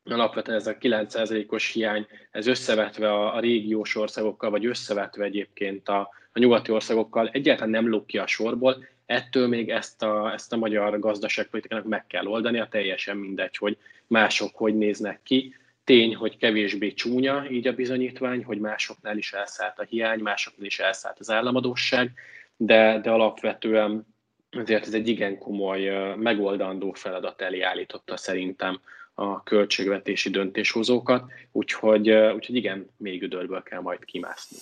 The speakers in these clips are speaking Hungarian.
alapvetően ez a 9%-os hiány, ez összevetve a régiós országokkal, vagy összevetve egyébként a nyugati országokkal egyáltalán nem lóg ki a sorból, ettől még ezt a magyar gazdaságpolitikának meg kell oldania, teljesen mindegy, hogy mások hogy néznek ki. Tény, hogy kevésbé csúnya így a bizonyítvány, hogy másoknál is elszállt a hiány, másoknál is elszállt az államadósság, de alapvetően azért ez egy igen komoly megoldandó feladat elé állította szerintem a költségvetési döntéshozókat, úgyhogy igen, még gödörből kell majd kimászni.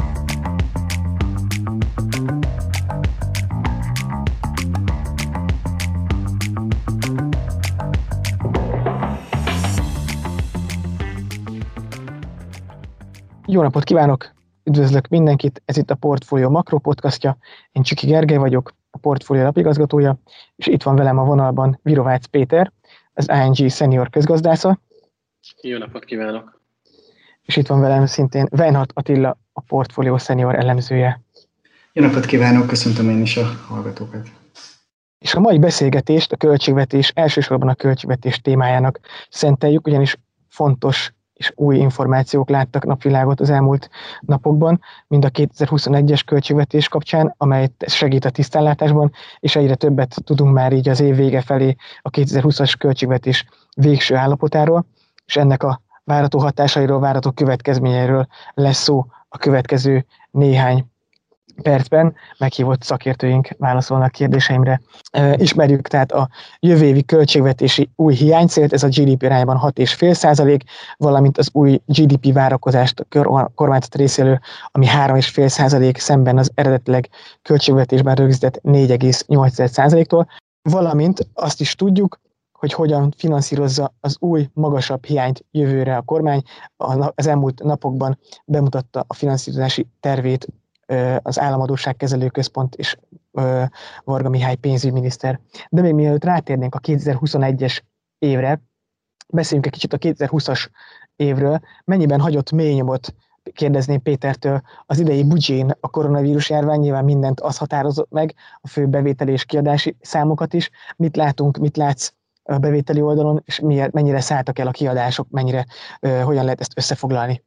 Jó napot kívánok! Üdvözlök mindenkit! Ez itt a Portfolio Makro podcastja. Én Csiki Gergely vagyok, a Portfolio lapigazgatója, és itt van velem a vonalban Virovácz Péter, az ING senior közgazdásza. Jó napot kívánok! És itt van velem szintén Weinhardt Attila, a Portfolio senior elemzője. Jó napot kívánok, köszöntöm én is a hallgatókat. És a mai beszélgetést elsősorban a költségvetés témájának szenteljük, ugyanis fontos és új információk láttak napvilágot az elmúlt napokban, mind a 2021-es költségvetés kapcsán, amely segít a tisztánlátásban, és egyre többet tudunk már így az év vége felé a 2020-as költségvetés végső állapotáról, és ennek a várható hatásairól, várható következményeiről lesz szó a következő néhány percben. Meghívott szakértőink válaszolnak kérdéseimre. Ismerjük tehát a jövő évi költségvetési új hiánycélt, ez a GDP arányban 6,5%, valamint az új GDP várakozást a kormányzat részéről, ami 3,5% szemben az eredetileg költségvetésben rögzített 4,8%-tól, valamint azt is tudjuk, hogy hogyan finanszírozza az új, magasabb hiányt jövőre a kormány. Az elmúlt napokban bemutatta a finanszírozási tervét az Államadósságkezelő Központ és Varga Mihály pénzügyminiszter. De még mielőtt rátérnénk a 2021-es évre, beszéljünk egy kicsit a 2020-as évről. Mennyiben hagyott mély nyomot, kérdezném Pétertől, az idei budzsén a koronavírus járvány? Nyilván mindent az határozott meg, a fő bevételi és kiadási számokat is. Mit látunk, mit látsz a bevételi oldalon, és mennyire szálltak el a kiadások, hogyan lehet ezt összefoglalni?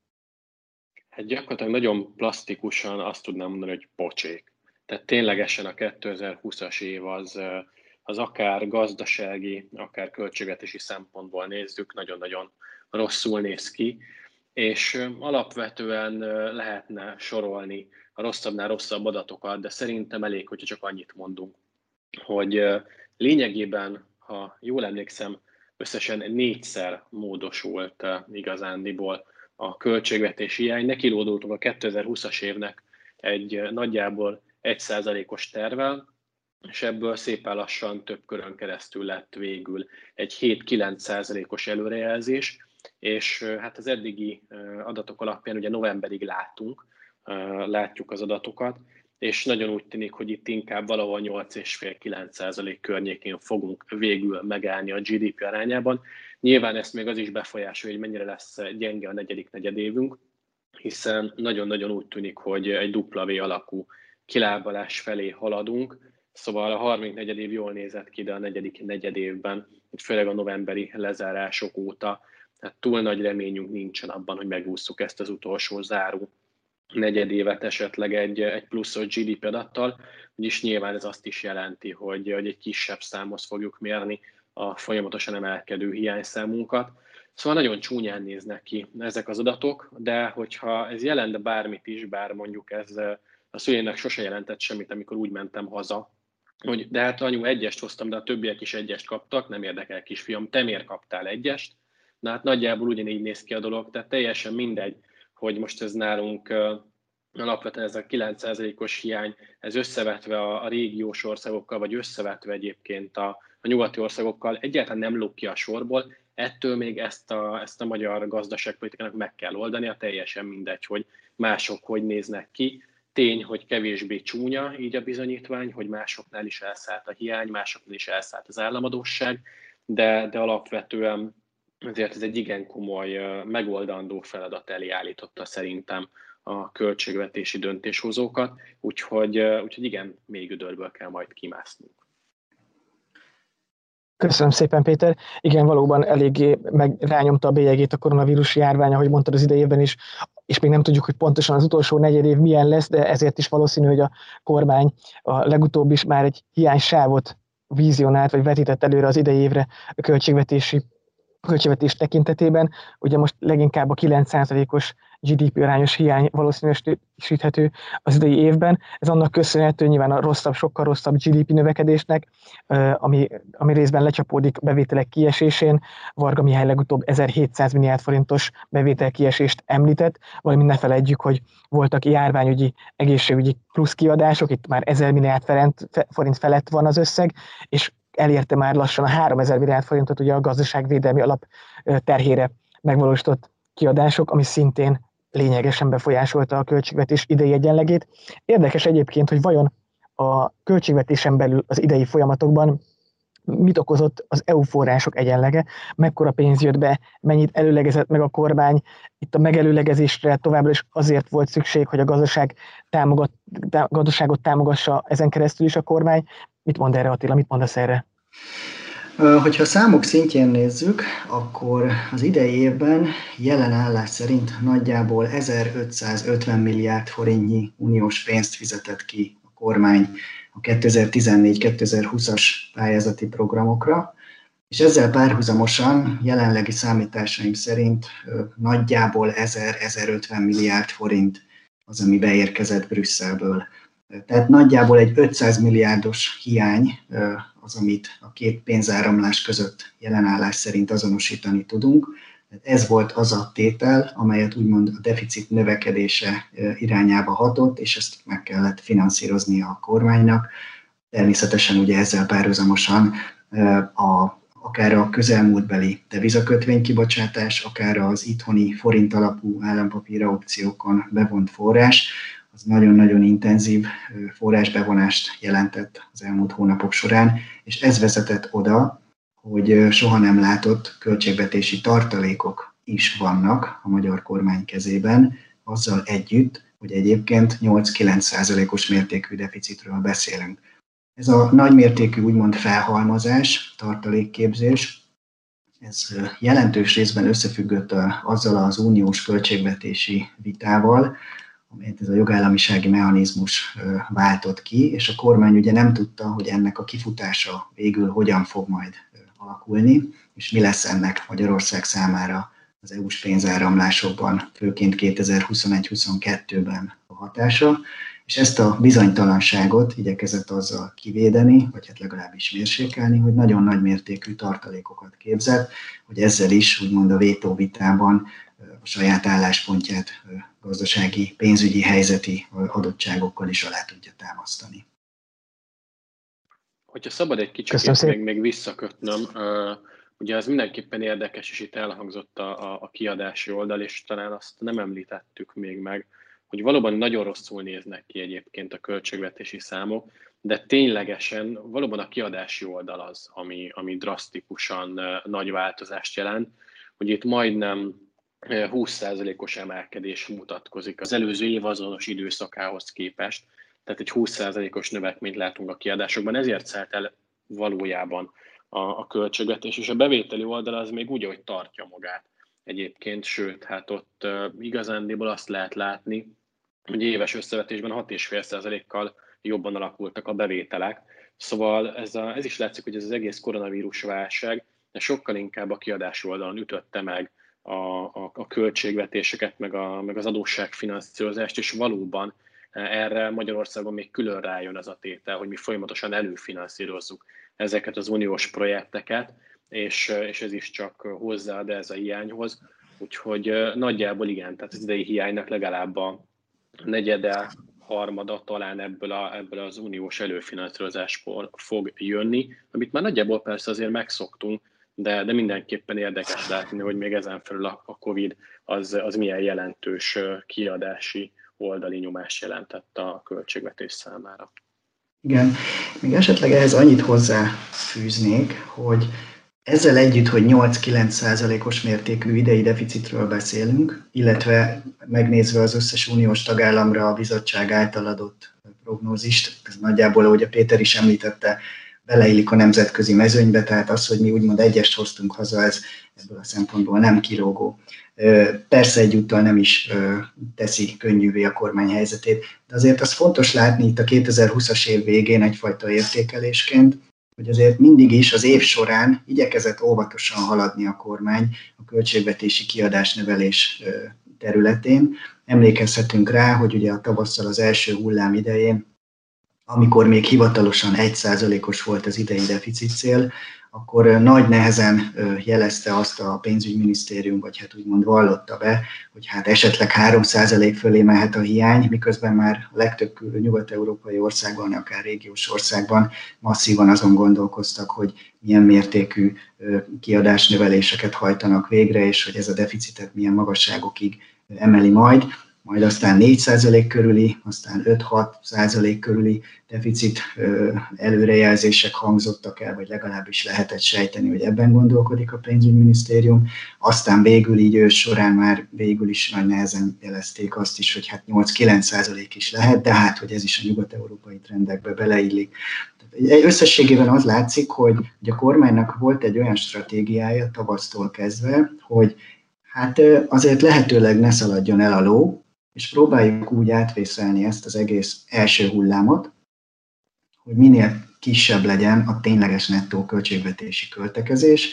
Hát gyakorlatilag nagyon plastikusan azt tudnám mondani, hogy pocsék. Tehát ténylegesen a 2020-as év az akár gazdasági, akár költségvetési szempontból nézzük, nagyon-nagyon rosszul néz ki, és alapvetően lehetne sorolni a rosszabbnál rosszabb adatokat, de szerintem elég, hogyha csak annyit mondunk, hogy lényegében, ha jól emlékszem, összesen 4-szer módosult igazándiból a költségvetési hiány. Nekilódultunk a 2020-as évnek egy nagyjából 1%-os tervvel, és ebből szépen lassan több körön keresztül lett végül egy 7-9%-os előrejelzés, és hát az eddigi adatok alapján ugye novemberig látjuk az adatokat, és nagyon úgy tűnik, hogy itt inkább valahol 8,5-9% környékén fogunk végül megállni a GDP arányában. Nyilván ezt még az is befolyásolja, hogy mennyire lesz gyenge a negyedik negyedévünk, hiszen nagyon-nagyon úgy tűnik, hogy egy W alakú kilábalás felé haladunk, szóval a harmadik negyedév jól nézett ki, de a negyedik negyedévben, itt főleg a novemberi lezárások óta, tehát túl nagy reményünk nincsen abban, hogy megússzuk ezt az utolsó záró negyedévet esetleg egy pluszos GDP adattal, úgyis nyilván ez azt is jelenti, hogy egy kisebb számhoz fogjuk mérni a folyamatosan emelkedő hiányszámunkat. Szóval nagyon csúnyán néznek ki ezek az adatok, de hogyha ez jelent bármit is, bár mondjuk ez a szüleimnek sose jelentett semmit, amikor úgy mentem haza, hogy de hát anyu, egyest hoztam, de a többiek is egyest kaptak, nem érdekel kisfiam, te miért kaptál egyest? Na hát nagyjából ugyanígy néz ki a dolog, tehát teljesen mindegy, hogy most ez nálunk alapvetően ez a 9%-os hiány, ez összevetve a régiós országokkal, vagy összevetve egyébként a nyugati országokkal egyáltalán nem lóg ki a sorból, ettől még ezt a magyar gazdaságpolitikának meg kell oldania, teljesen mindegy, hogy mások hogy néznek ki. Tény, hogy kevésbé csúnya így a bizonyítvány, hogy másoknál is elszállt a hiány, másoknál is elszállt az államadósság, de alapvetően azért ez egy igen komoly megoldandó feladat elé állította szerintem a költségvetési döntéshozókat, úgyhogy igen, még gödörből kell majd kimásznunk. Köszönöm szépen, Péter. Igen, valóban eléggé rányomta a bélyegét a koronavírus járvány, ahogy mondtad az idejében is, és még nem tudjuk, hogy pontosan az utolsó negyedév milyen lesz, de ezért is valószínű, hogy a kormány a legutóbb is már egy hiánysávot vizionált, vagy vetített előre az idei évre a költségvetés tekintetében. Ugye most leginkább a 9%-os GDP arányos hiány valószínűsíthető az idei évben. Ez annak köszönhető nyilván a sokkal rosszabb GDP növekedésnek, ami részben lecsapódik bevételek kiesésén. Varga Mihály legutóbb 1700 milliárd forintos bevétel kiesést említett, valamint ne feledjük, hogy voltak járványügyi, egészségügyi plusz kiadások, itt már 1000 milliárd forint felett van az összeg, és elérte már lassan a 3000 milliárd forintot ugye a gazdaságvédelmi alap terhére megvalósított kiadások, ami szintén lényegesen befolyásolta a költségvetés idei egyenlegét. Érdekes egyébként, hogy vajon a költségvetésen belül az idei folyamatokban mit okozott az EU források egyenlege, mekkora pénz jött be, mennyit előlegezett meg a kormány. Itt a megelőlegezésre továbbra is azért volt szükség, hogy a gazdaságot támogassa ezen keresztül is a kormány. Mit mond erre Attila, mit mondasz erre? Hogyha a számok szintjén nézzük, akkor az idei évben jelen állás szerint nagyjából 1550 milliárd forintnyi uniós pénzt fizetett ki a kormány a 2014-2020-as pályázati programokra, és ezzel párhuzamosan jelenlegi számításaim szerint nagyjából 1000-1050 milliárd forint az, ami beérkezett Brüsszelből. Tehát nagyjából egy 500 milliárdos hiány az, amit a két pénzáramlás között jelenállás szerint azonosítani tudunk. Ez volt az a tétel, amelyet úgymond a deficit növekedése irányába hatott, és ezt meg kellett finanszíroznia a kormánynak. Természetesen ugye ezzel párhuzamosan akár a közelmúltbeli devizakötvénykibocsátás, akár az itthoni forint alapú állampapíraukciókon bevont forrás, az nagyon-nagyon intenzív forrásbevonást jelentett az elmúlt hónapok során, és ez vezetett oda, hogy soha nem látott költségvetési tartalékok is vannak a magyar kormány kezében, azzal együtt, hogy egyébként 8-9%-os mértékű deficitről beszélünk. Ez a nagymértékű úgymond felhalmozás, tartalékképzés, ez jelentős részben összefüggött azzal az uniós költségvetési vitával, amelyet ez a jogállamisági mechanizmus váltott ki, és a kormány ugye nem tudta, hogy ennek a kifutása végül hogyan fog majd alakulni, és mi lesz ennek Magyarország számára az EU-s pénzáramlásokban, főként 2021-22-ben a hatása, és ezt a bizonytalanságot igyekezett azzal kivédeni, vagy hát legalábbis mérsékelni, hogy nagyon nagy mértékű tartalékokat képzett, hogy ezzel is úgymond a vétóvitában a saját álláspontját gazdasági, pénzügyi, helyzeti adottságokkal is alá tudja támasztani. Hogyha szabad egy kicsit még visszakötnöm, ugye az mindenképpen érdekes, és itt elhangzott a kiadási oldal, és talán azt nem említettük még meg, hogy valóban nagyon rosszul néznek ki egyébként a költségvetési számok, de ténylegesen valóban a kiadási oldal az, ami drasztikusan nagy változást jelent, hogy itt majdnem 20%-os emelkedés mutatkozik az előző év azonos időszakához képest, tehát egy 20%-os növekményt látunk a kiadásokban, ezért szállt el valójában a költségvetés, és a bevételi oldal az még úgy, ahogy tartja magát egyébként, sőt, hát ott igazándiból azt lehet látni, hogy éves összevetésben 6,5%-kal jobban alakultak a bevételek. Szóval ez is látszik, hogy ez az egész koronavírus válság, de sokkal inkább a kiadási oldalon ütötte meg a költségvetéseket, meg az adósságfinanszírozást, és valóban erre Magyarországon még külön rájön az a tétel, hogy mi folyamatosan előfinanszírozzuk ezeket az uniós projekteket, és ez is csak hozzáad ez a hiányhoz. Úgyhogy nagyjából igen, tehát az idei hiánynak legalább a negyede, harmada talán ebből az uniós előfinanszírozásból fog jönni, amit már nagyjából persze azért megszoktunk, de mindenképpen érdekes látni, hogy még ezen felül a Covid az milyen jelentős kiadási oldali nyomást jelentett a költségvetés számára. Igen, még esetleg ehhez annyit hozzáfűznék, hogy ezzel együtt, hogy 8-9%-os mértékű idei deficitről beszélünk, illetve megnézve az összes uniós tagállamra a bizottság által adott prognózist, ez nagyjából, ahogy a Péter is említette, beleillik a nemzetközi mezőnybe, tehát az, hogy mi úgymond egyest hoztunk haza, ez ebből a szempontból nem kilógó. Persze egyúttal nem is teszi könnyűvé a kormány helyzetét, de azért az fontos látni itt a 2020-as év végén egyfajta értékelésként, hogy azért mindig is az év során igyekezett óvatosan haladni a kormány a költségvetési kiadásnövelés területén. Emlékezhetünk rá, hogy ugye a tavasszal az első hullám idején, amikor még hivatalosan 1%-os volt az idei deficitcél, akkor nagy nehezen jelezte azt a pénzügyminisztérium, vagy hát úgymond vallotta be, hogy hát esetleg 3% fölé mehet a hiány, miközben már a legtöbb nyugat-európai országban, akár régiós országban masszívan azon gondolkoztak, hogy milyen mértékű kiadásnöveléseket hajtanak végre, és hogy ez a deficitet milyen magasságokig emeli majd aztán 4% körüli, aztán 5-6% körüli deficit előrejelzések hangzottak el, vagy legalábbis lehetett sejteni, hogy ebben gondolkodik a pénzügyminisztérium. Aztán végül így ősz során már végül is nagy nehezen jelezték azt is, hogy hát 8-9% is lehet, de hát, hogy ez is a nyugat-európai trendekbe beleillik. Összességében az látszik, hogy a kormánynak volt egy olyan stratégiája tavasztól kezdve, hogy hát azért lehetőleg ne szaladjon el a ló, és próbáljuk úgy átvészelni ezt az egész első hullámot, hogy minél kisebb legyen a tényleges nettó költségvetési költekezés,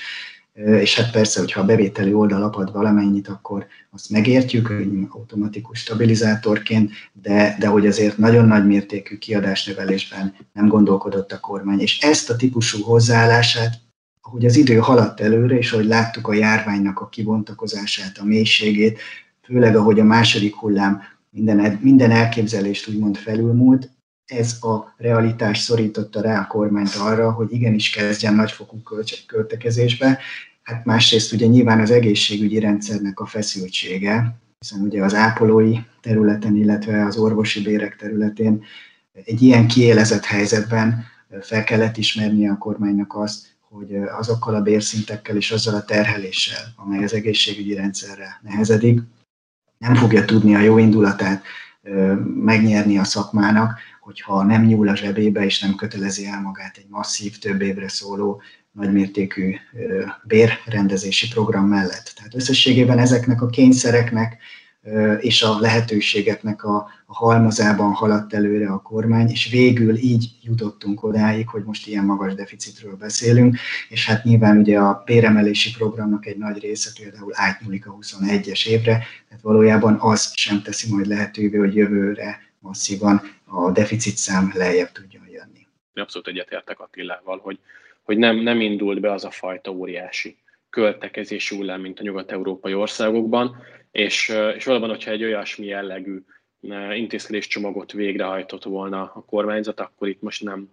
és hát persze, hogyha a bevételi oldal apad valamennyit, akkor azt megértjük, hogy automatikus stabilizátorként, de hogy azért nagyon nagy mértékű kiadásnövelésben nem gondolkodott a kormány. És ezt a típusú hozzáállását, ahogy az idő haladt előre, és ahogy láttuk a járványnak a kibontakozását, a mélységét, főleg ahogy a második hullám minden elképzelést úgymond felülmúlt, ez a realitás szorította rá a kormányt arra, hogy igenis kezdjen nagyfokú költekezésbe. Hát másrészt ugye nyilván az egészségügyi rendszernek a feszültsége, hiszen ugye az ápolói területen, illetve az orvosi bérek területén egy ilyen kiélezett helyzetben fel kellett ismernie a kormánynak azt, hogy azokkal a bérszintekkel és azzal a terheléssel, amely az egészségügyi rendszerre nehezedik, nem fogja tudni a jó indulatát megnyerni a szakmának, hogyha nem nyúl a zsebébe és nem kötelezi el magát egy masszív, több évre szóló, nagymértékű bérrendezési program mellett. Tehát összességében ezeknek a kényszereknek és a lehetőségeknek a halmazában haladt előre a kormány, és végül így jutottunk odáig, hogy most ilyen magas deficitről beszélünk, és hát nyilván ugye a béremelési programnak egy nagy része például átnyúlik a 21-es évre, tehát valójában az sem teszi majd lehetővé, hogy jövőre masszívan a deficitszám lejjebb tudjon jönni. Abszolút egyetértek Attilával, hogy nem indult be az a fajta óriási költekezési hullám, mint a nyugat-európai országokban, és valóban, hogyha egy olyasmi jellegű intézkedéscsomagot végrehajtott volna a kormányzat, akkor itt most nem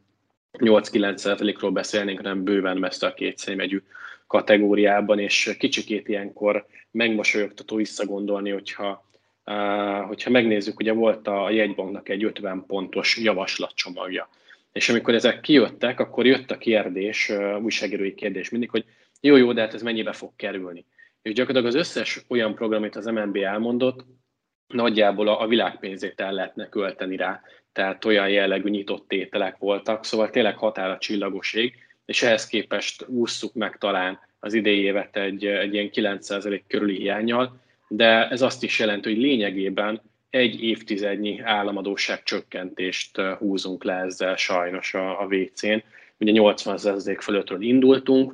8-9%-ról beszélnénk, hanem bőven messze a kétszínmegyű kategóriában, és kicsikét ilyenkor megmosolyogtató visszagondolni, hogyha megnézzük, ugye volt a jegybanknak egy 50 pontos javaslatcsomagja. És amikor ezek kijöttek, akkor jött a kérdés, újságírói kérdés mindig, hogy jó, de hát ez mennyibe fog kerülni. És gyakorlatilag az összes olyan program, amit az MNB elmondott, nagyjából a világpénzét el lehetne költeni rá, tehát olyan jellegű nyitott tételek voltak, szóval tényleg határa csillagos ég, és ehhez képest ússzuk meg talán az idei évet egy ilyen 9% körüli hiánnyal, de ez azt is jelenti, hogy lényegében egy évtizednyi államadósság csökkentést húzunk le ezzel sajnos a WC-n. Ugye 80% fölöttről indultunk,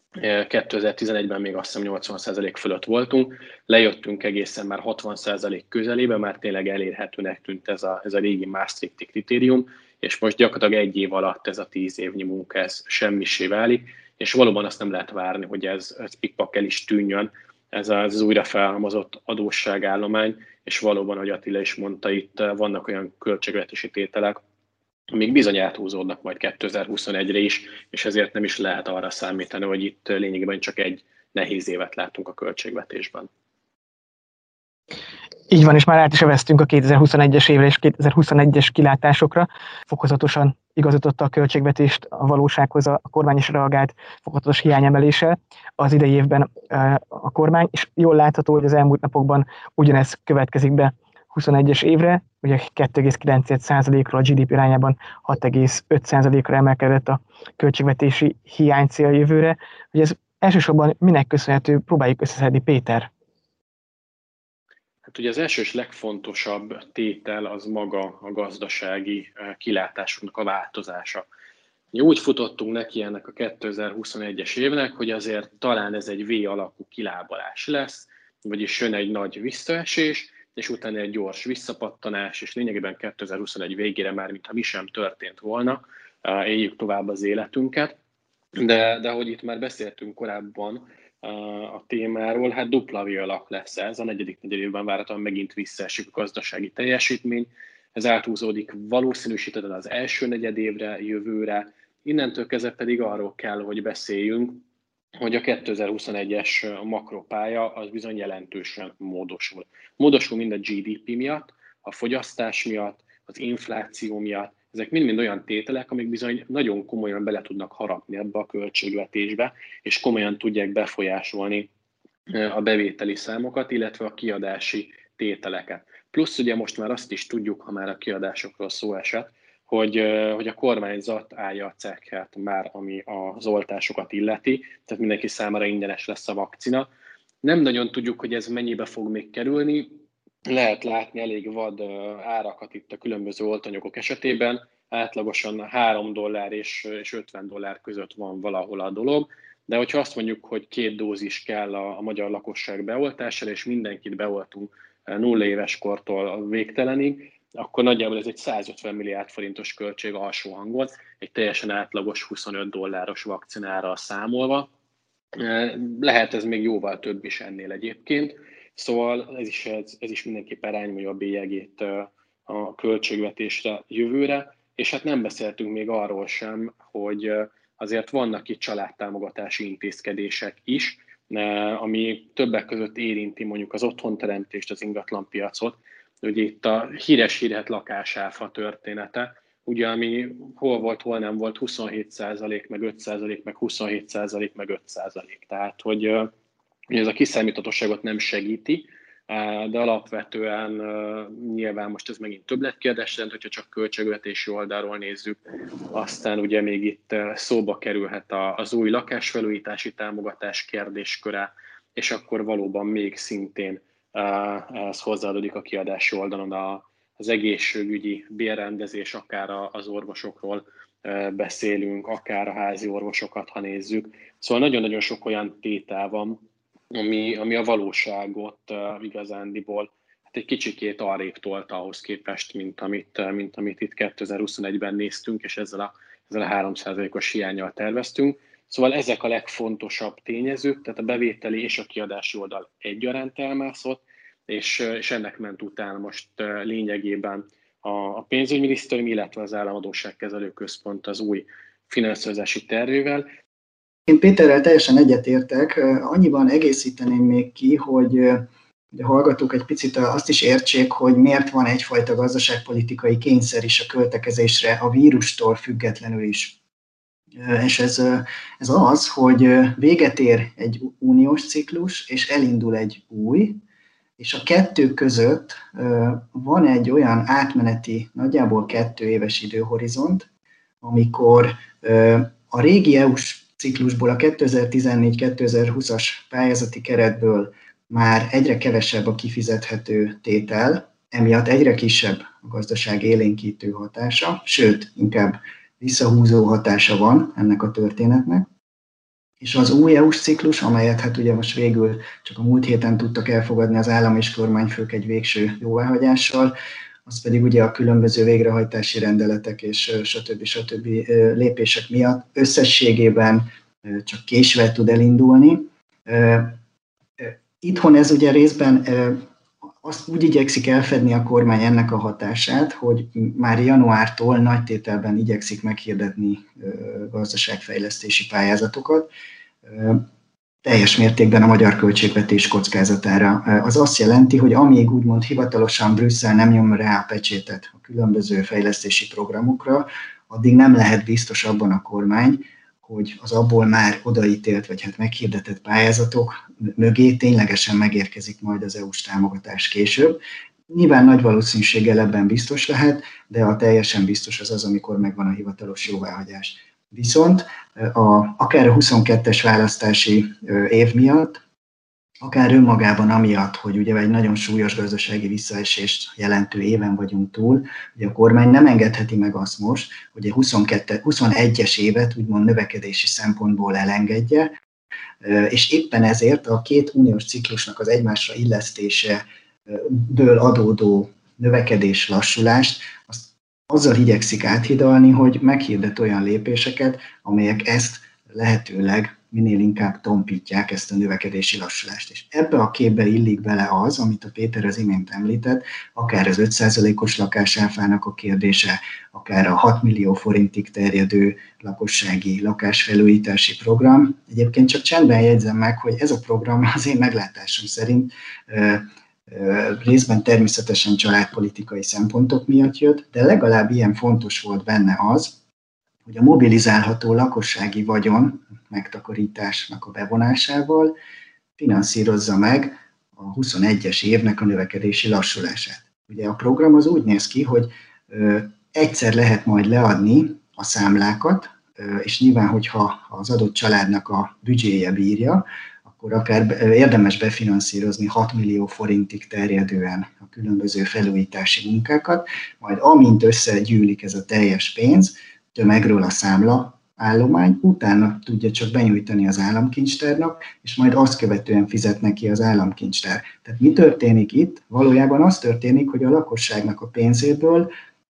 2011-ben még azt hiszem 80% fölött voltunk, lejöttünk egészen már 60% közelébe, már tényleg elérhetőnek tűnt ez a régi Maastrichti kritérium, és most gyakorlatilag egy év alatt ez a 10 évnyi munka ez semmisé válik, és valóban azt nem lehet várni, hogy ez pikpak el is tűnjön, ez az újra felhalmozott adósságállomány, és valóban, ahogy Attila is mondta, itt vannak olyan költségvetési tételek, amik bizony áthúzódnak majd 2021-re is, és ezért nem is lehet arra számítani, hogy itt lényegében csak egy nehéz évet látunk a költségvetésben. Így van, és már át is eveztünk a 2021-es évre és 2021-es kilátásokra. Fokozatosan igazította a költségvetést a valósághoz, a kormány is reagált fokozatos hiányemeléssel az idei évben a kormány, és jól látható, hogy az elmúlt napokban ugyanez következik be, 2021-es évre, ugye 2,9%-ról a GDP irányában 6,5%-ra emelkedett a költségvetési hiány cél jövőre. Ugye ez elsősorban minek köszönhető, próbáljuk összeszedni, Péter? Hát ugye az első és legfontosabb tétel az maga a gazdasági kilátásunknak a változása. Úgy futottunk neki ennek a 2021-es évnek, hogy azért talán ez egy V-alakú kilábalás lesz, vagyis jön egy nagy visszaesés, és utána egy gyors visszapattanás, és lényegében 2021 végére már, mintha mi sem történt volna, éljük tovább az életünket. De ahogy itt már beszéltünk korábban a témáról, hát dupla V-alak lesz ez, a negyedik negyedévben várhatóan megint visszaesik a gazdasági teljesítmény, ez áthúzódik valószínűsítetlen az első negyedévre, jövőre, innentől kezdve pedig arról kell, hogy beszéljünk, hogy a 2021-es makropálya az bizony jelentősen módosul. Módosul mind a GDP miatt, a fogyasztás miatt, az infláció miatt. Ezek mind-mind olyan tételek, amik bizony nagyon komolyan bele tudnak harapni ebbe a költségvetésbe, és komolyan tudják befolyásolni a bevételi számokat, illetve a kiadási tételeket. Plusz ugye most már azt is tudjuk, ha már a kiadásokról szó esett, hogy a kormányzat állja a cekket már, ami az oltásokat illeti, tehát mindenki számára ingyenes lesz a vakcina. Nem nagyon tudjuk, hogy ez mennyibe fog még kerülni. Lehet látni elég vad árakat itt a különböző oltanyagok esetében. Átlagosan $3 és $50 között van valahol a dolog. De hogyha azt mondjuk, hogy 2 dózis kell a magyar lakosság beoltására, és mindenkit beoltunk 0 éves kortól a végtelenig, akkor nagyjából ez egy 150 milliárd forintos költség alsó hangon, egy teljesen átlagos $25 vakcinára számolva. Lehet ez még jóval több is ennél egyébként, szóval ez is mindenképpen rányomja a bélyegét a költségvetésre jövőre, és hát nem beszéltünk még arról sem, hogy azért vannak itt családtámogatási intézkedések is, ami többek között érinti mondjuk az otthonteremtést, az ingatlanpiacot. Ugye itt a híres lakásáfa története, ugye ami hol volt, hol nem volt, 27%, meg 5%, meg 27%, meg 5%. Tehát, hogy ez a kiszámíthatóságot nem segíti, de alapvetően nyilván most ez megint többletkérdés jelent, hogyha csak költségvetési oldalról nézzük. Aztán ugye még itt szóba kerülhet az új lakásfelújítási támogatás kérdésköre, és akkor valóban még szintén ehhez hozzáadódik a kiadási oldalon az egészségügyi bérrendezés, akár az orvosokról beszélünk, akár a házi orvosokat, ha nézzük. Szóval nagyon-nagyon sok olyan tétel van, ami a valóságot igazándiból hát egy kicsikét arrébb tolta ahhoz képest, mint amit itt 2021-ben néztünk, és ezzel a 3%-os hiánnyal terveztünk. Szóval ezek a legfontosabb tényezők, tehát a bevételi és a kiadási oldal egyaránt elmászott, és ennek ment utána most lényegében a pénzügyminisztérium, illetve az Államadósságkezelő Központ az új finanszírozási tervével. Én Péterrel teljesen egyetértek, annyiban egészíteném még ki, hogy a hallgatók egy picit azt is értsék, hogy miért van egyfajta gazdaságpolitikai kényszer is a költekezésre a vírustól függetlenül is. És ez az, hogy véget ér egy uniós ciklus, és elindul egy új, és a kettő között van egy olyan átmeneti, nagyjából 2 éves időhorizont, amikor a régi EU-s ciklusból, a 2014-2020-as pályázati keretből már egyre kevesebb a kifizethető tétel, emiatt egyre kisebb a gazdaság élénkítő hatása, sőt, inkább visszahúzó hatása van ennek a történetnek. És az új EU-s ciklus, amelyet hát ugye most végül csak a múlt héten tudtak elfogadni az állam és kormányfők egy végső jóváhagyással, az pedig ugye a különböző végrehajtási rendeletek és stb. Lépések miatt összességében csak késve tud elindulni. Itthon ez ugye részben azt úgy igyekszik elfedni a kormány ennek a hatását, hogy már januártól nagy tételben igyekszik meghirdetni gazdaságfejlesztési pályázatokat, teljes mértékben a magyar költségvetés kockázatára. Az azt jelenti, hogy amíg úgymond hivatalosan Brüsszel nem nyom rá a pecsétet a különböző fejlesztési programokra, addig nem lehet biztos abban a kormány, hogy az abból már odaítélt, vagy hát meghirdetett pályázatok mögé ténylegesen megérkezik majd az EU-s támogatás később. Nyilván nagy valószínűséggel ebben biztos lehet, de a teljesen biztos az, amikor megvan a hivatalos jóváhagyás. Viszont akár a 22-es választási év miatt, akár önmagában amiatt, hogy ugye egy nagyon súlyos gazdasági visszaesést jelentő éven vagyunk túl, ugye a kormány nem engedheti meg azt most, hogy a 21-es évet úgymond növekedési szempontból elengedje, és éppen ezért a két uniós ciklusnak az egymásra illesztéseből adódó növekedés lassulást, azt azzal igyekszik áthidalni, hogy meghirdet olyan lépéseket, amelyek ezt lehetőleg minél inkább tompítják ezt a növekedési lassulást. És ebbe a képbe illik bele az, amit a Péter az imént említett, akár az 5%-os lakásáfának a kérdése, akár a 6 millió forintig terjedő lakossági lakásfelújítási program. Egyébként csak csendben jegyzem meg, hogy ez a program az én meglátásom szerint részben természetesen családpolitikai szempontok miatt jött, de legalább ilyen fontos volt benne az, hogy a mobilizálható lakossági vagyon megtakarításnak a bevonásával finanszírozza meg a 21-es évnek a növekedési lassulását. Ugye a program az úgy néz ki, hogy egyszer lehet majd leadni a számlákat, és nyilván, hogyha az adott családnak a büdzséje bírja, akkor akár érdemes befinanszírozni 6 millió forintig terjedően a különböző felújítási munkákat, majd amint összegyűlik ez a teljes pénz, tömegről a számla állomány, utána tudja csak benyújtani az államkincstárnak, és majd azt követően fizet neki az államkincstár. Tehát mi történik itt? Valójában az történik, hogy a lakosságnak a pénzéből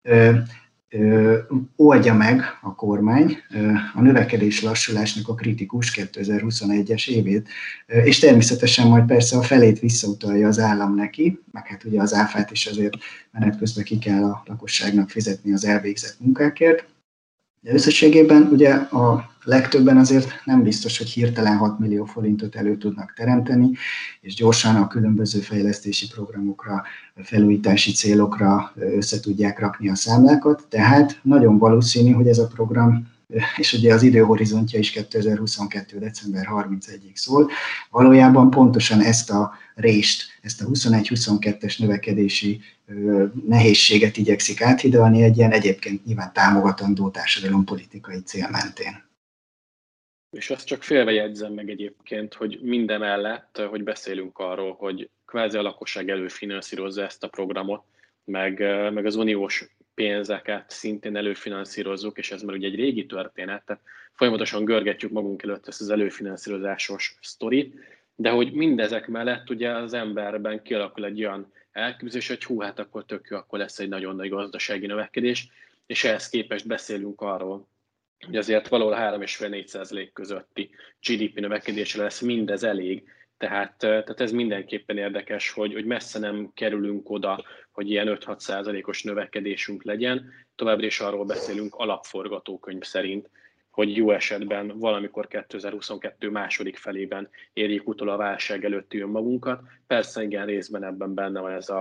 oldja meg a kormány a növekedés lassulásnak a kritikus 2021-es évét, és természetesen majd persze a felét visszautalja az állam neki, meg hát ugye az áfát is azért menet közben ki kell a lakosságnak fizetni az elvégzett munkákért. De összességében ugye a legtöbben azért nem biztos, hogy hirtelen 6 millió forintot elő tudnak teremteni, és gyorsan a különböző fejlesztési programokra, felújítási célokra össze tudják rakni a számlákat. Tehát nagyon valószínű, hogy ez a program, és ugye az időhorizontja is 2022. december 31-ig szól, valójában pontosan ezt a rést, ezt a 21-22-es növekedési nehézséget igyekszik áthidalni egy ilyen egyébként nyilván támogatandó társadalompolitikai cél mentén. És azt csak félve jegyzem meg egyébként, hogy mindemellett, hogy beszélünk arról, hogy kvázi a lakosság előfinanszírozza ezt a programot, meg az uniós pénzeket szintén előfinanszírozzuk, és ez már ugye egy régi történet, tehát folyamatosan görgetjük magunk előtt ezt az előfinanszírozásos sztorit, de hogy mindezek mellett ugye az emberben kialakul egy olyan elképzelés, hogy hát akkor tök jó, akkor lesz egy nagyon nagy gazdasági növekedés, és ehhez képest beszélünk arról, hogy azért valahol 3,5-4% közötti GDP növekedésre lesz mindez elég. Tehát ez mindenképpen érdekes, hogy messze nem kerülünk oda, hogy ilyen 5-6%-os növekedésünk legyen. Továbbra is arról beszélünk alapforgatókönyv szerint, hogy jó esetben valamikor 2022 második felében érjük utol a válság előtti önmagunkat. Persze igen, részben ebben benne van ez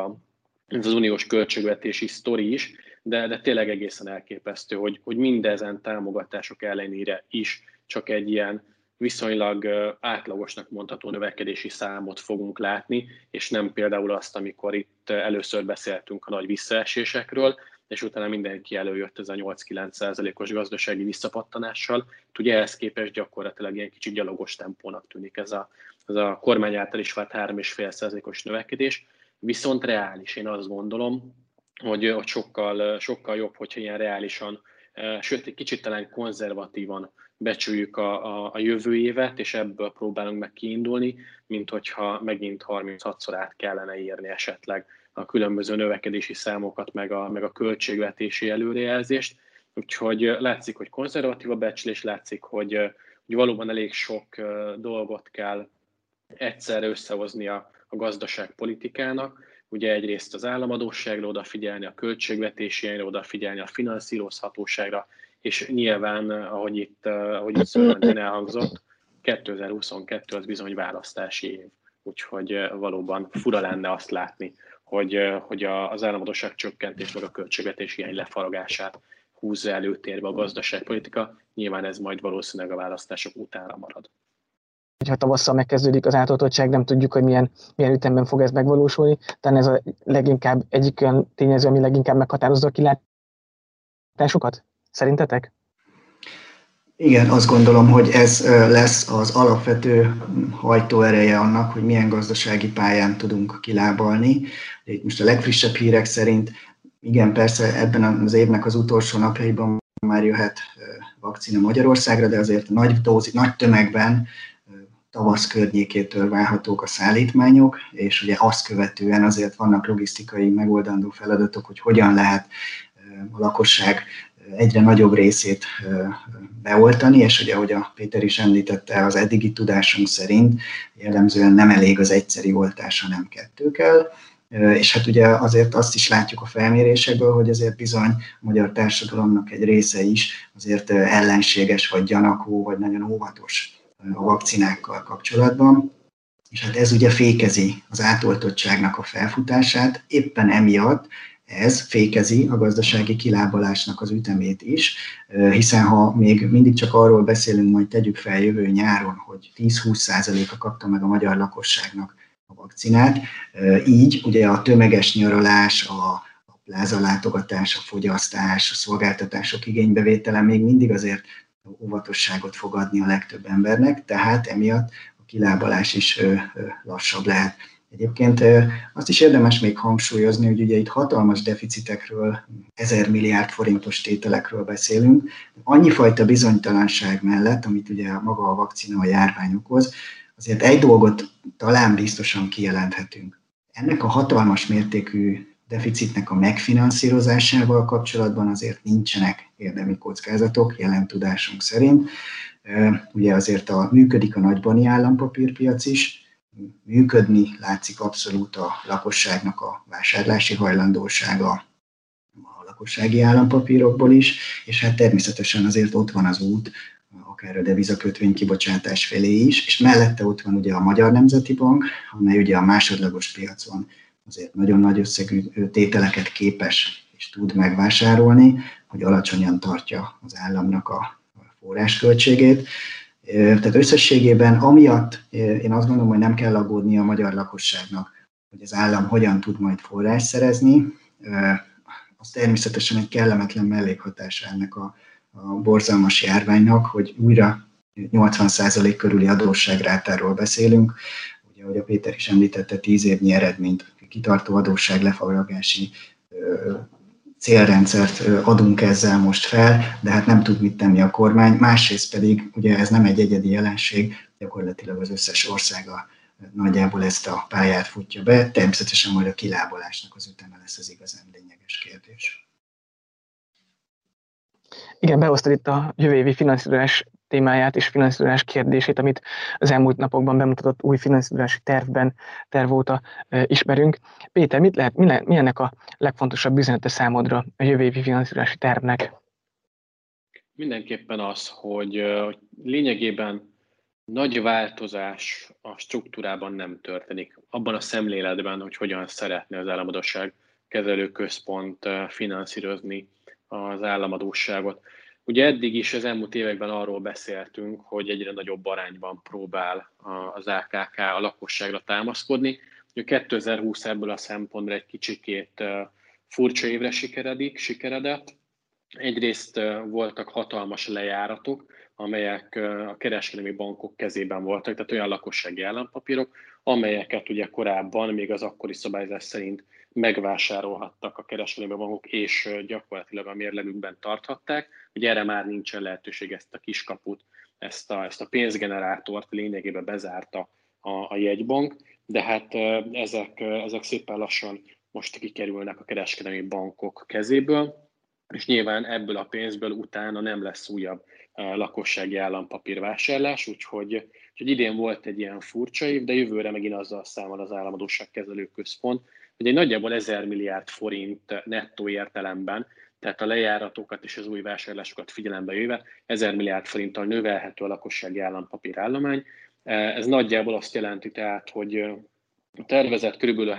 az uniós költségvetési sztori is, de tényleg egészen elképesztő, hogy mindezen támogatások ellenére is csak egy ilyen viszonylag átlagosnak mondható növekedési számot fogunk látni, és nem például azt, amikor itt először beszéltünk a nagy visszaesésekről, és utána mindenki előjött ez a 8-9%-os gazdasági visszapattanással. Ugye ehhez képest gyakorlatilag ilyen kicsit gyalogos tempónak tűnik ez a kormány által is várt 3,5%-os növekedés, viszont reális, én azt gondolom, hogy sokkal jobb, hogyha ilyen reálisan, sőt egy kicsit talán konzervatívan becsüljük a jövő évet, és ebből próbálunk meg kiindulni, mint hogyha megint 36-szor át kellene írni esetleg a különböző növekedési számokat, meg a költségvetési előrejelzést. Úgyhogy látszik, hogy konzervatív a becslés, látszik, hogy valóban elég sok dolgot kell egyszerre összehozni a gazdaságpolitikának. Ugye egyrészt az államadósságra odafigyelni, a költségvetésére odafigyelni, a finanszírozhatóságra, és nyilván, ahogy itt Szörmentén elhangzott, 2022 az bizony választási év. Úgyhogy valóban fura lenne azt látni, hogy az államadósság csökkentés meg a költségvetési hiány lefaragását húzza előtérbe a gazdaságpolitika. Nyilván ez majd valószínűleg a választások utánra marad. hogyha tavasszal megkezdődik az átoltottság, nem tudjuk, hogy milyen ütemben fog ez megvalósulni. Tehát ez a leginkább egyik olyan tényező, ami leginkább meghatározza a kilátásokat? Szerintetek? Igen, azt gondolom, hogy ez lesz az alapvető hajtóereje annak, hogy milyen gazdasági pályán tudunk kilábalni. Itt most a legfrissebb hírek szerint, igen, persze ebben az évnek az utolsó napjaiban már jöhet vakcina Magyarországra, de azért nagy tömegben tavasz környékétől várhatók a szállítmányok, és ugye azt követően azért vannak logisztikai megoldandó feladatok, hogy hogyan lehet a lakosság egyre nagyobb részét beoltani, és ugye, ahogy a Péter is említette, az eddigi tudásunk szerint jellemzően nem elég az egyszeri oltás, hanem 2 kell. És hát ugye azért azt is látjuk a felmérésekből, hogy azért bizony a magyar társadalomnak egy része is azért ellenséges, vagy gyanakvó, vagy nagyon óvatos a vakcinákkal kapcsolatban. És hát ez ugye fékezi az átoltottságnak a felfutását, éppen emiatt ez fékezi a gazdasági kilábalásnak az ütemét is, hiszen ha még mindig csak arról beszélünk, majd tegyük fel jövő nyáron, hogy 10-20%-a kapta meg a magyar lakosságnak a vakcinát, így ugye a tömeges nyaralás, a plázalátogatás, a fogyasztás, a szolgáltatások igénybevétele még mindig azért óvatosságot fog adni a legtöbb embernek, tehát emiatt a kilábalás is lassabb lehet. Egyébként azt is érdemes még hangsúlyozni, hogy ugye itt hatalmas deficitekről, 1000 milliárd forintos tételekről beszélünk. Annyi fajta bizonytalanság mellett, amit ugye maga a vakcina a járvány okoz, azért egy dolgot talán biztosan kijelenthetünk. Ennek a hatalmas mértékű deficitnek a megfinanszírozásával kapcsolatban azért nincsenek érdemi kockázatok, jelen tudásunk szerint. Ugye azért működik a nagybani állampapírpiac is, működni látszik abszolút a lakosságnak a vásárlási hajlandósága a lakossági állampapírokból is, és hát természetesen azért ott van az út, akár a devizakötvény kibocsátás felé is, és mellette ott van ugye a Magyar Nemzeti Bank, amely ugye a másodlagos piacon azért nagyon nagy összegű tételeket képes és tud megvásárolni, hogy alacsonyan tartja az államnak a forrásköltségét. Tehát összességében amiatt én azt gondolom, hogy nem kell aggódni a magyar lakosságnak, hogy az állam hogyan tud majd forrás szerezni. Az természetesen egy kellemetlen mellékhatása ennek a borzalmas járványnak, hogy újra 80% körüli adósságrátáról beszélünk. Ugye, ahogy a Péter is említette, 10 évnyi eredményt, kitartó adósság lefagragási célrendszert adunk ezzel most fel, de hát nem tud mit tenni a kormány. Másrészt pedig, ugye ez nem egy egyedi jelenség, gyakorlatilag az összes országa nagyjából ezt a pályát futja be. Természetesen majd a kilábalásnak az üteme lesz az igazán lényeges kérdés. Igen, behoztad itt a jövő évi finanszírozás témáját és finanszírozás kérdését, amit az elmúlt napokban bemutatott új finanszírozási terv óta ismerünk. Péter, mi ennek a legfontosabb üzenete számodra a jövő évi finanszírozási tervnek? Mindenképpen az, hogy lényegében nagy változás a struktúrában nem történik. Abban a szemléletben, hogy hogyan szeretne az államadósság kezelő központ finanszírozni az államadósságot. Ugye eddig is az elmúlt években arról beszéltünk, hogy egyre nagyobb arányban próbál az AKK a lakosságra támaszkodni. 2020 ebből a szempontból egy kicsikét furcsa évre sikeredett. Egyrészt voltak hatalmas lejáratok, amelyek a kereskedelmi bankok kezében voltak, tehát olyan lakossági állampapírok, amelyeket ugye korábban, még az akkori szabályzás szerint megvásárolhattak a kereskedelmi bankok, és gyakorlatilag a mérlegükben tarthatták. Ugye erre már nincsen lehetőség, ezt a kiskaput, ezt a pénzgenerátort lényegében bezárta a jegybank, de hát ezek szépen lassan most kikerülnek a kereskedelmi bankok kezéből, és nyilván ebből a pénzből utána nem lesz újabb lakossági állampapírvásárlás, úgyhogy idén volt egy ilyen furcsa év, de jövőre megint azzal számol az Államadósságkezelő Központ, hogy egy nagyjából 1000 milliárd forint nettó értelemben, tehát a lejáratokat és az új vásárlásokat figyelembe véve 1000 milliárd forinttal növelhető a lakossági állampapír állomány. Ez nagyjából azt jelenti tehát, hogy a tervezett kb.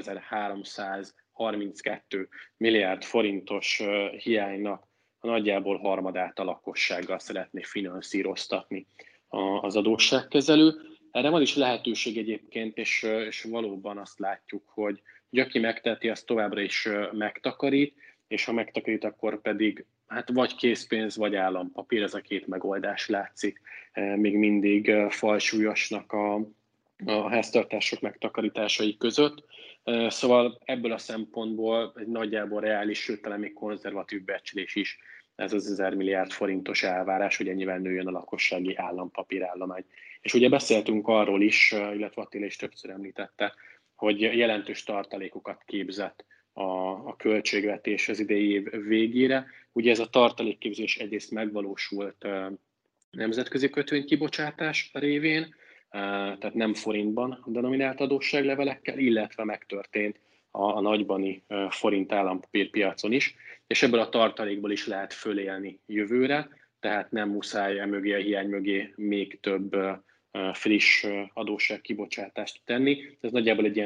3332 milliárd forintos hiánynak a nagyjából harmadát a lakossággal szeretné finanszíroztatni az adósságkezelő, Erre van is lehetőség egyébként, és valóban azt látjuk, hogy aki megteheti, az továbbra is megtakarít, és ha megtakarít, akkor pedig hát vagy készpénz, vagy állampapír, ez a két megoldás látszik még mindig falsúlyosnak a háztartások megtakarításai között. Szóval ebből a szempontból egy nagyjából reális, sőt talán még konzervatív becslés is ez az 1000 milliárd forintos elvárás, hogy ennyivel nőjön a lakossági állampapírállomány. És ugye beszéltünk arról is, illetve Attila is többször említette, hogy jelentős tartalékokat képzett a költségvetés az idei év végére. Ugye ez a tartalékképzés egyrészt megvalósult nemzetközi kötvénykibocsátás révén, tehát nem forintban denominált adósságlevelekkel, illetve megtörtént a nagybani forint állampapírpiacon is, és ebből a tartalékból is lehet fölélni jövőre, tehát nem muszáj emögé a hiány mögé még több friss adósságkibocsátást tenni. Ez nagyjából egy ilyen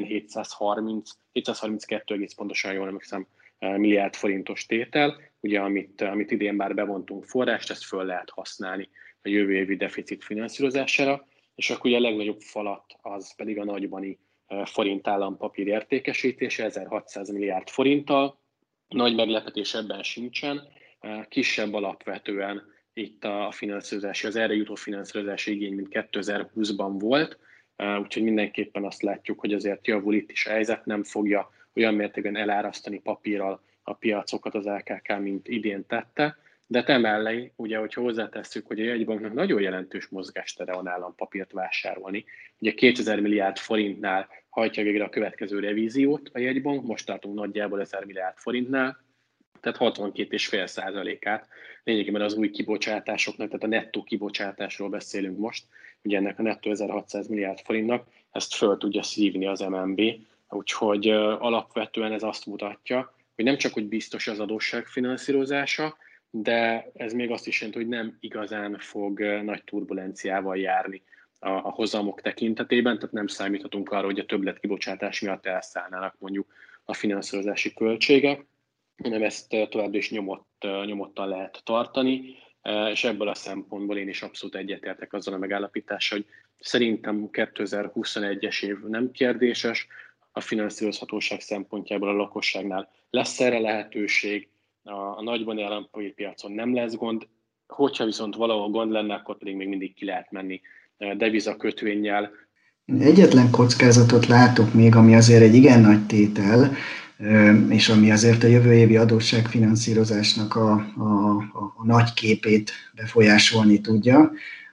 732 egész pontosan jól emlékszem milliárd forintos tétel, ugye amit idén már bevontunk forrást, ezt föl lehet használni a jövő évi deficit finanszírozására, és akkor ugye a legnagyobb falat az pedig a nagybani forint állampapír értékesítése, 1600 milliárd forinttal. Nagy meglepetés ebben sincsen, kisebb alapvetően itt a finanszírozási, az erre jutó finanszírozási igény, mint 2020-ban volt, úgyhogy mindenképpen azt látjuk, hogy azért javul itt is a helyzet, nem fogja olyan mértékben elárasztani papírral a piacokat az LKK, mint idén tette, de emellé, ugye, hogyha hozzátesszük, hogy a jegybanknak nagyon jelentős mozgástere van állampapírt vásárolni, ugye 2000 milliárd forintnál hajtja végre a következő revíziót a jegybank, most tartunk nagyjából 1000 milliárd forintnál, tehát 62,5%-át lényegében az új kibocsátásoknak, tehát a nettó kibocsátásról beszélünk most, ugye ennek a nettó 1600 milliárd forintnak, ezt föl tudja szívni az MNB, úgyhogy alapvetően ez azt mutatja, hogy nem csak, hogy biztos az adósság finanszírozása, de ez még azt is jelenti, hogy nem igazán fog nagy turbulenciával járni a hozamok tekintetében, tehát nem számíthatunk arra, hogy a többletkibocsátás miatt elszállnának mondjuk a finanszírozási költségek, hanem ezt továbbra is nyomottan lehet tartani, és ebből a szempontból én is abszolút egyetértek azzal a megállapítással, hogy szerintem 2021-es év nem kérdéses, a finanszírozhatóság szempontjából a lakosságnál lesz erre lehetőség, a nagybani állampapírpiacon nem lesz gond, hogyha viszont valahol gond lenne, akkor pedig még mindig ki lehet menni devizakötvényjel. Egyetlen kockázatot látok még, ami azért egy igen nagy tétel, és ami azért a jövő évi adósságfinanszírozásnak a nagy képét befolyásolni tudja,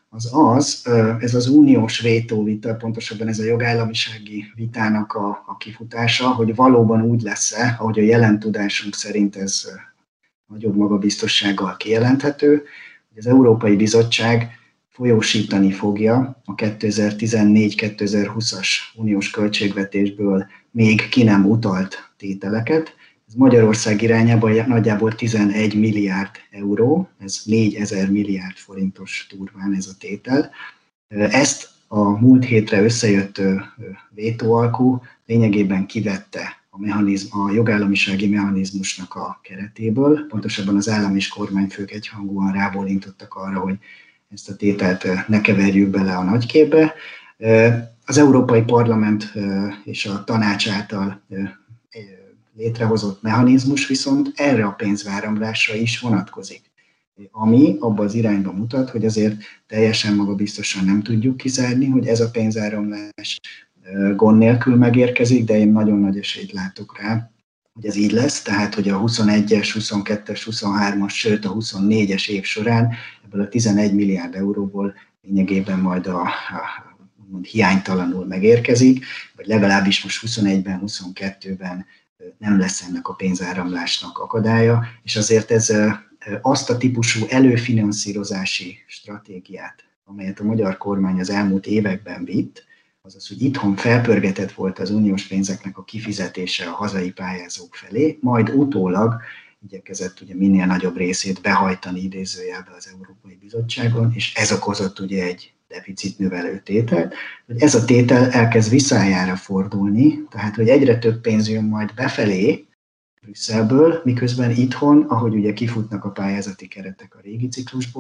ez az uniós vétóvita, pontosabban ez a jogállamisági vitának a kifutása, hogy valóban úgy lesz-e, ahogy a jelen tudásunk szerint ez nagyobb magabiztossággal kijelenthető, hogy az Európai Bizottság folyósítani fogja a 2014-2020-as uniós költségvetésből még ki nem utalt tételeket. Ez Magyarország irányában nagyjából 11 milliárd euró, ez 4000 milliárd forintos durván ez a tétel. Ezt a múlt hétre összejött vétóalkú lényegében kivette a jogállamisági mechanizmusnak a keretéből. Pontosabban az állam és kormányfők egyhangúan rábólintottak arra, hogy ezt a tételt ne keverjük bele a nagyképbe. Az Európai Parlament és a Tanács által létrehozott mechanizmus viszont erre a pénzváramlásra is vonatkozik, ami abba az irányba mutat, hogy azért teljesen magabiztosan nem tudjuk kizárni, hogy ez a pénzáramlás gond nélkül megérkezik, de én nagyon nagy esélyt látok rá, hogy ez így lesz, tehát hogy a 21-es, 22-es, 23-as, sőt a 24-es év során ebből a 11 milliárd euróból lényegében majd hiánytalanul megérkezik, vagy legalábbis most 21-ben, 22-ben nem lesz ennek a pénzáramlásnak akadálya, és azért ez azt a típusú előfinanszírozási stratégiát, amelyet a magyar kormány az elmúlt években vitt, azaz, hogy itthon felpörgetett volt az uniós pénzeknek a kifizetése a hazai pályázók felé, majd utólag igyekezett ugye minél nagyobb részét behajtani idézőjelbe az Európai Bizottságon, és ez okozott ugye egy deficitnövelő tételt, hogy ez a tétel elkezd visszájára fordulni, tehát hogy egyre több pénz jön majd befelé Brüsszelből, miközben itthon, ahogy ugye kifutnak a pályázati keretek a régi ciklusból,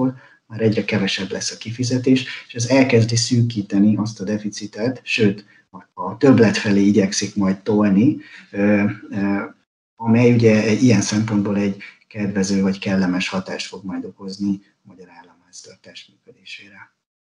már egyre kevesebb lesz a kifizetés, és ez elkezdi szűkíteni azt a deficitet, sőt, a többlet felé igyekszik majd tolni, amely ugye ilyen szempontból egy kedvező vagy kellemes hatást fog majd okozni a magyar államháztartás működésére.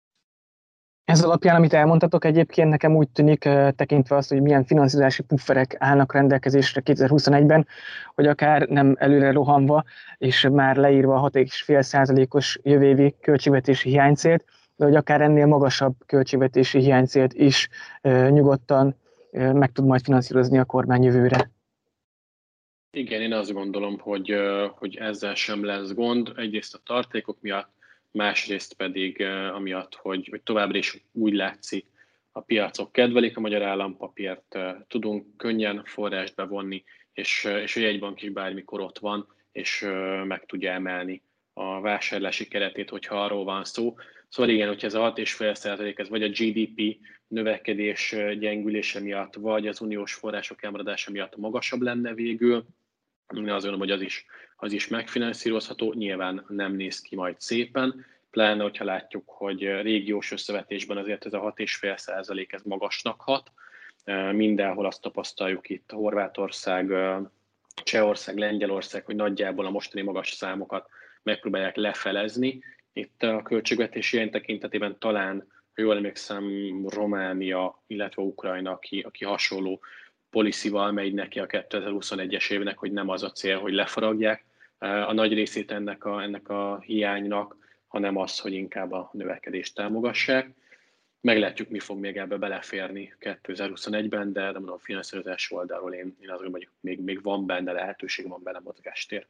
Ez alapján, amit elmondtatok, egyébként nekem úgy tűnik, tekintve azt, hogy milyen finanszírozási pufferek állnak rendelkezésre 2021-ben, hogy akár nem előre rohanva, és már leírva a 6,5%-os jövőévi költségvetési hiánycélt, de hogy akár ennél magasabb költségvetési hiánycélt is nyugodtan meg tud majd finanszírozni a kormány jövőre. Igen, én azt gondolom, hogy ezzel sem lesz gond. Egyrészt a tartalékok miatt, másrészt pedig amiatt, hogy továbbra is úgy látszik, a piacok kedvelik a magyar állampapírt, tudunk könnyen forrást bevonni, és a jegybank is bármikor ott van, és meg tudja emelni a vásárlási keretét, hogyha arról van szó. Szóval igen, hogyha ez a 6,5%, ez vagy a GDP növekedés gyengülése miatt, vagy az uniós források elmaradása miatt magasabb lenne végül, én azt gondolom, hogy az is megfinanszírozható, nyilván nem néz ki majd szépen, pláne, hogyha látjuk, hogy régiós összevetésben azért ez a 6,5% ez magasnak hat. Mindenhol azt tapasztaljuk itt Horvátország, Csehország, Lengyelország, hogy nagyjából a mostani magas számokat megpróbálják lefelezni. Itt a költségvetési hiány tekintetében talán, ha jól emlékszem, Románia, illetve Ukrajna, aki hasonló policyval megy neki a 2021-es évnek, hogy nem az a cél, hogy lefaragják a nagy részét ennek a hiánynak, hanem az, hogy inkább a növekedést támogassák. Meglátjuk, mi fog még ebbe beleférni 2021-ben, de mondom, a finanszírozás oldalról én azt gondolom, hogy még van benne lehetőség, van benne mozgástér.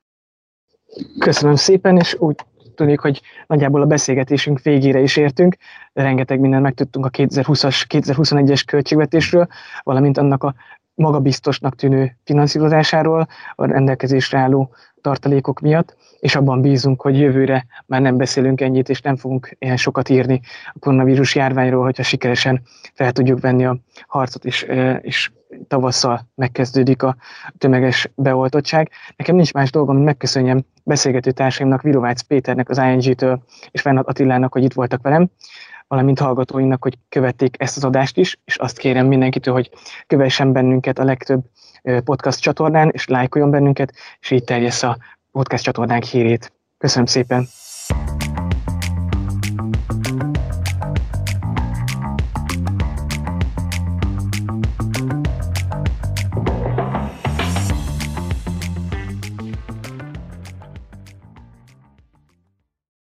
Köszönöm szépen, és úgy tűnik, hogy nagyjából a beszélgetésünk végére is értünk. Rengeteg mindent megtudtunk a 2020-as, 2021-es költségvetésről, valamint annak a magabiztosnak tűnő finanszírozásáról, a rendelkezésre álló tartalékok miatt, és abban bízunk, hogy jövőre már nem beszélünk ennyit, és nem fogunk ilyen sokat írni a koronavírus járványról, hogyha sikeresen fel tudjuk venni a harcot, és tavasszal megkezdődik a tömeges beoltottság. Nekem nincs más dolgom, hogy megköszönjem beszélgető társaimnak, Virovácz Péternek az ING-től és Fernand Attilának, hogy itt voltak velem, valamint hallgatóinknak, hogy követték ezt az adást is, és azt kérem mindenkitől, hogy kövessen bennünket a legtöbb podcast csatornán, és lájkoljon bennünket, és így terjessze a podcast csatornánk hírét. Köszönöm szépen!